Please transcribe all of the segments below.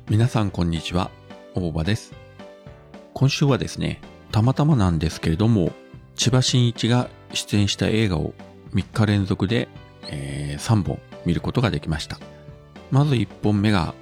皆さんこんにちは、大場です。今週はですね、たまたまなんですけれども、千葉真一が出演した映画を3日連続で、3本見ることができました。まず1本目が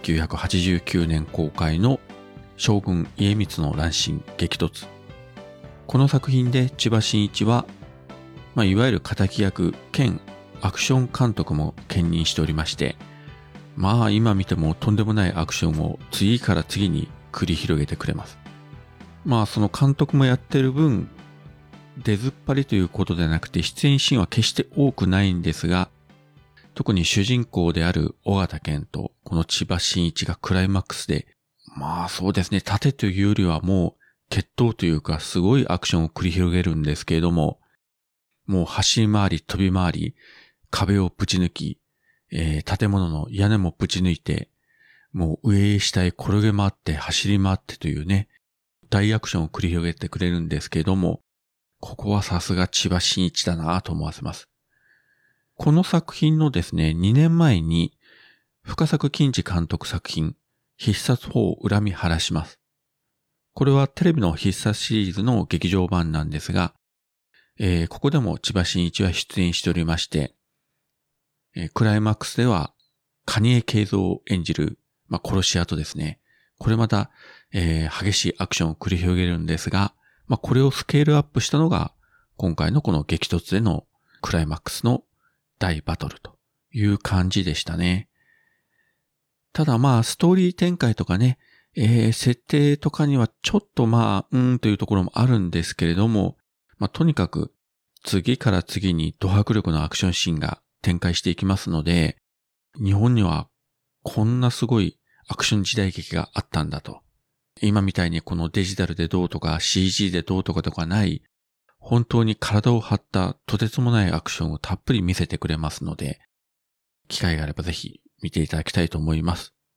1989年公開の将軍家光の乱心激突。この作品で千葉真一は、いわゆる敵役兼アクション監督も兼任しておりまして、今見てもとんでもないアクションを次から次に繰り広げてくれます。その監督もやってる分、出ずっぱりということではなくて出演シーンは決して多くないんですが、特に主人公である尾形健とこの千葉真一がクライマックスで、そうですね、盾というよりはもう決闘というかすごいアクションを繰り広げるんですけれども、もう走り回り飛び回り、壁をぶち抜き、建物の屋根もぶち抜いて、もう上へ下へ転げ回って走り回ってというね、大アクションを繰り広げてくれるんですけれども、ここはさすが千葉真一だなと思わせます。この作品のですね、2年前に深作欣二監督作品、必殺4恨み晴らします。これはテレビの必殺シリーズの劇場版なんですが、ここでも千葉真一は出演しておりまして、クライマックスでは、蟹江慶三を演じる、殺し屋とですね、これまた、激しいアクションを繰り広げるんですが、これをスケールアップしたのが、今回のこの激突でのクライマックスの大バトルという感じでしたね。ただストーリー展開とかね、設定とかにはちょっとというところもあるんですけれども、とにかく、次から次にド迫力のアクションシーンが展開していきますので、日本にはこんなすごいアクション時代劇があったんだと。今みたいにこのデジタルでどうとか CG でどうとかとかない、本当に体を張ったとてつもないアクションをたっぷり見せてくれますので、機会があればぜひ見ていただきたいと思います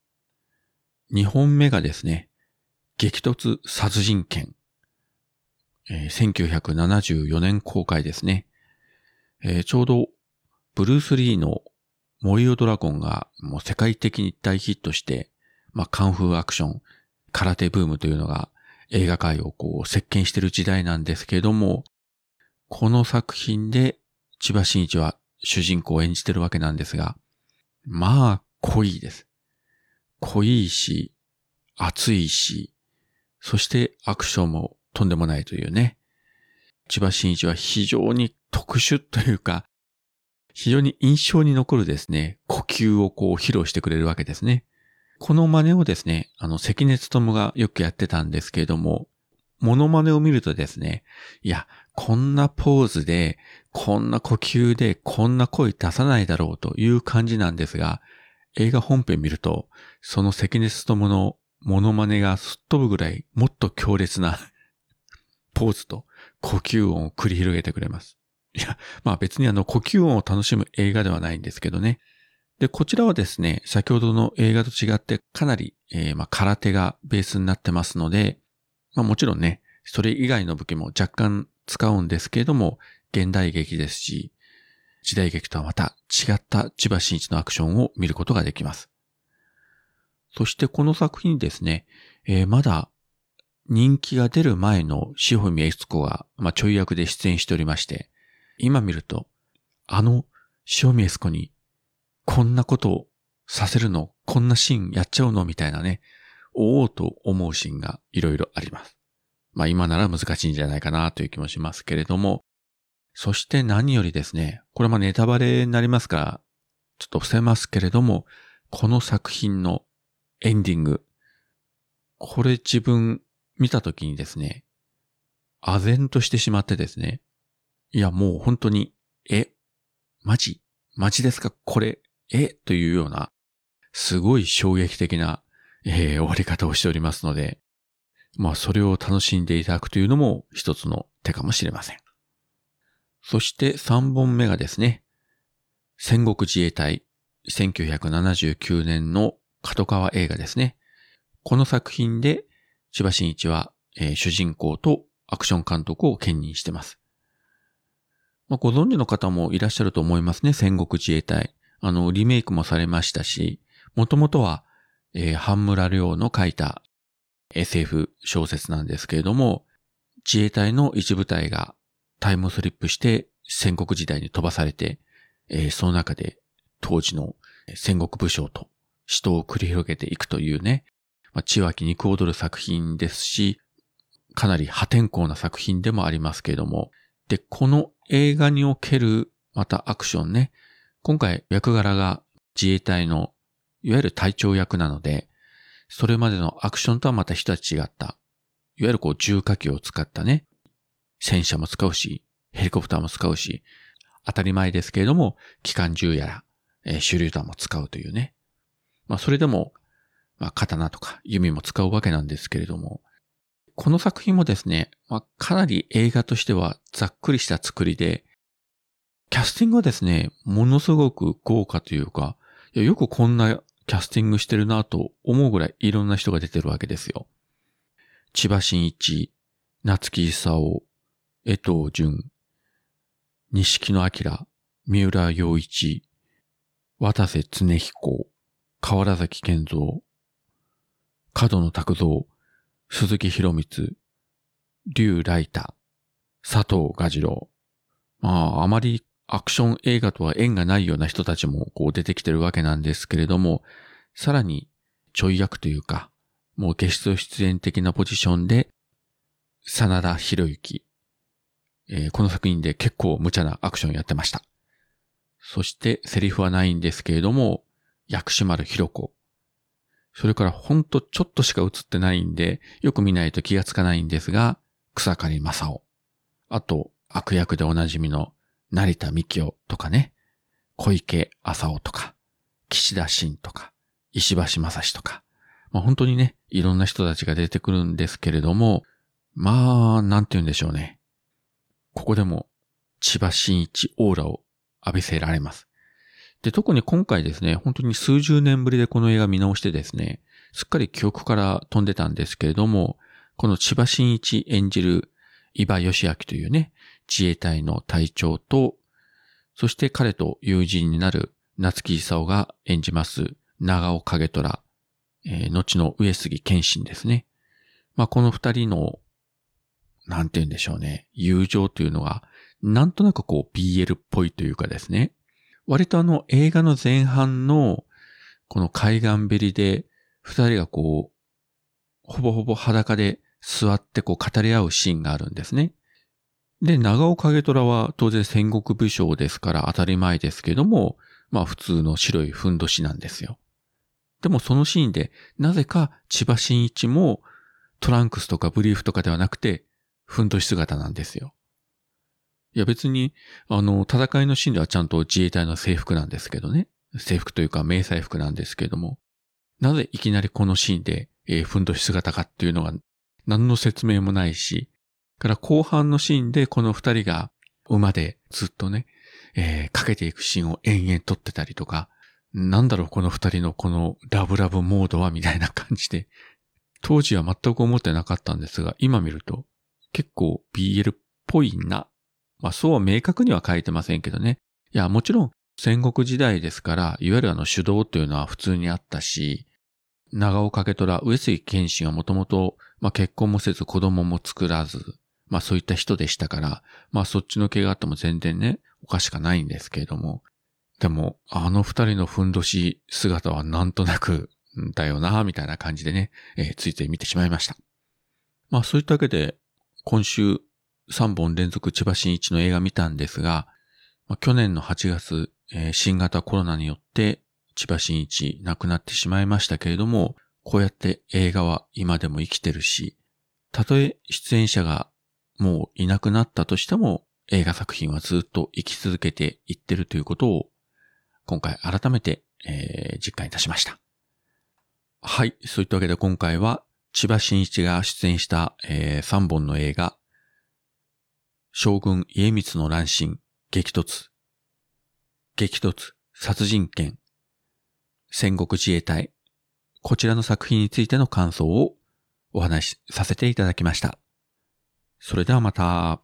。2本目がですね、激突殺人剣。1974年公開ですね。ちょうどブルース・リーの燃えよドラゴンがもう世界的に大ヒットして、カンフーアクション、空手ブームというのが映画界を席巻している時代なんですけれども、この作品で千葉真一は主人公を演じてるわけなんですが、濃いです。濃いし、熱いし、そしてアクションもとんでもないというね。千葉真一は非常に特殊というか、非常に印象に残るですね、呼吸を披露してくれるわけですね。この真似をですね、関根勤がよくやってたんですけれども、モノマネを見るとですね、こんなポーズで、こんな呼吸で、こんな声出さないだろうという感じなんですが、映画本編見ると、その関根勤のモノマネがすっ飛ぶぐらいもっと強烈なポーズと呼吸音を繰り広げてくれます。別に呼吸音を楽しむ映画ではないんですけどね。で、こちらはですね、先ほどの映画と違ってかなり、空手がベースになってますので、もちろんね、それ以外の武器も若干使うんですけれども、現代劇ですし、時代劇とはまた違った千葉真一のアクションを見ることができます。そしてこの作品ですね、まだ人気が出る前の志穂美悦子が、ちょい役で出演しておりまして、今見ると、志穂美悦子にこんなことをさせるの、こんなシーンやっちゃうのみたいなね、おーと思うシーンがいろいろあります。今なら難しいんじゃないかなという気もしますけれども、そして何よりですね、これもネタバレになりますから、ちょっと伏せますけれども、この作品のエンディング、これ自分見たときにですね、唖然としてしまってですね、もう本当に、マジですかこれ、というような、すごい衝撃的な、終わり方をしておりますので、それを楽しんでいただくというのも一つの手かもしれません。そして3本目がですね、戦国自衛隊、1979年の角川映画ですね。この作品で千葉真一は、主人公とアクション監督を兼任しています。ご存知の方もいらっしゃると思いますね、戦国自衛隊。リメイクもされましたし、もともとは半村亮の書いた SF 小説なんですけれども、自衛隊の一部隊がタイムスリップして戦国時代に飛ばされて、その中で当時の戦国武将と死闘を繰り広げていくというね、血湧き肉躍る作品ですし、かなり破天荒な作品でもありますけれども、で、この映画におけるまたアクションね、今回役柄が自衛隊のいわゆる隊長役なので、それまでのアクションとはまた一つ違った、いわゆる重火器を使ったね、戦車も使うし、ヘリコプターも使うし、当たり前ですけれども、機関銃やら、手榴弾も使うというね。それでも、刀とか弓も使うわけなんですけれども、この作品もですね、かなり映画としてはざっくりした作りで、キャスティングはですね、ものすごく豪華というか、よくこんなキャスティングしてるなと思うぐらいいろんな人が出てるわけですよ。千葉真一、夏木功、江藤淳、錦野明、三浦陽一、渡瀬恒彦、河原崎健三、角野拓三、鈴木博光、劉来太、佐藤蛾次郎。あまりアクション映画とは縁がないような人たちも出てきてるわけなんですけれども、さらにちょい役というか、もうゲスト出演的なポジションで、真田広之、この作品で結構無茶なアクションやってました。そしてセリフはないんですけれども、薬師丸ひろ子。それからほんとちょっとしか映ってないんで、よく見ないと気がつかないんですが、草刈正雄。あと、悪役でおなじみの成田幹夫とかね、小池浅尾とか、岸田真とか、石橋正史とか、本当にね、いろんな人たちが出てくるんですけれども、なんて言うんでしょうね。ここでも千葉真一オーラを浴びせられます。で、特に今回ですね、本当に数十年ぶりでこの映画見直してですね、すっかり記憶から飛んでたんですけれども、この千葉真一演じる伊庭義明というね、自衛隊の隊長と、そして彼と友人になる夏木功が演じます長尾景虎、後の上杉謙信ですね。この二人の、なんて言うんでしょうね、友情というのが、なんとなくBL っぽいというかですね、割と映画の前半のこの海岸べりで二人がほぼほぼ裸で座って語り合うシーンがあるんですね。で、長尾景虎は当然戦国武将ですから当たり前ですけども、普通の白いふんどしなんですよ。でもそのシーンでなぜか千葉真一もトランクスとかブリーフとかではなくてふんどし姿なんですよ。いや別に、戦いのシーンではちゃんと自衛隊の制服なんですけどね。制服というか迷彩服なんですけども。なぜいきなりこのシーンで、ふんどし姿かっていうのが何の説明もないし、から後半のシーンでこの二人が馬でずっとね、かけていくシーンを延々撮ってたりとか、なんだろうこの二人のこのラブラブモードはみたいな感じで、当時は全く思ってなかったんですが、今見ると結構 BL っぽいな。そうは明確には書いてませんけどね。いや、もちろん戦国時代ですから、いわゆる手動というのは普通にあったし、長尾景虎、上杉謙信はもともと結婚もせず子供も作らず、そういった人でしたから、そっちの毛があっても全然ね、おかしかないんですけれども、でも、二人のふんどし姿はなんとなくだよな、みたいな感じでね、ついつい見てしまいました。そういったわけで、今週3本連続千葉真一の映画見たんですが、去年の8月、新型コロナによって千葉真一亡くなってしまいましたけれども、こうやって映画は今でも生きてるし、たとえ出演者がもういなくなったとしても、映画作品はずっと生き続けていってるということを、今回改めて、実感いたしました。はい、そういったわけで今回は千葉真一が出演した、3本の映画、将軍家光の乱心、激突、殺人剣、戦国自衛隊、こちらの作品についての感想をお話しさせていただきました。それではまた。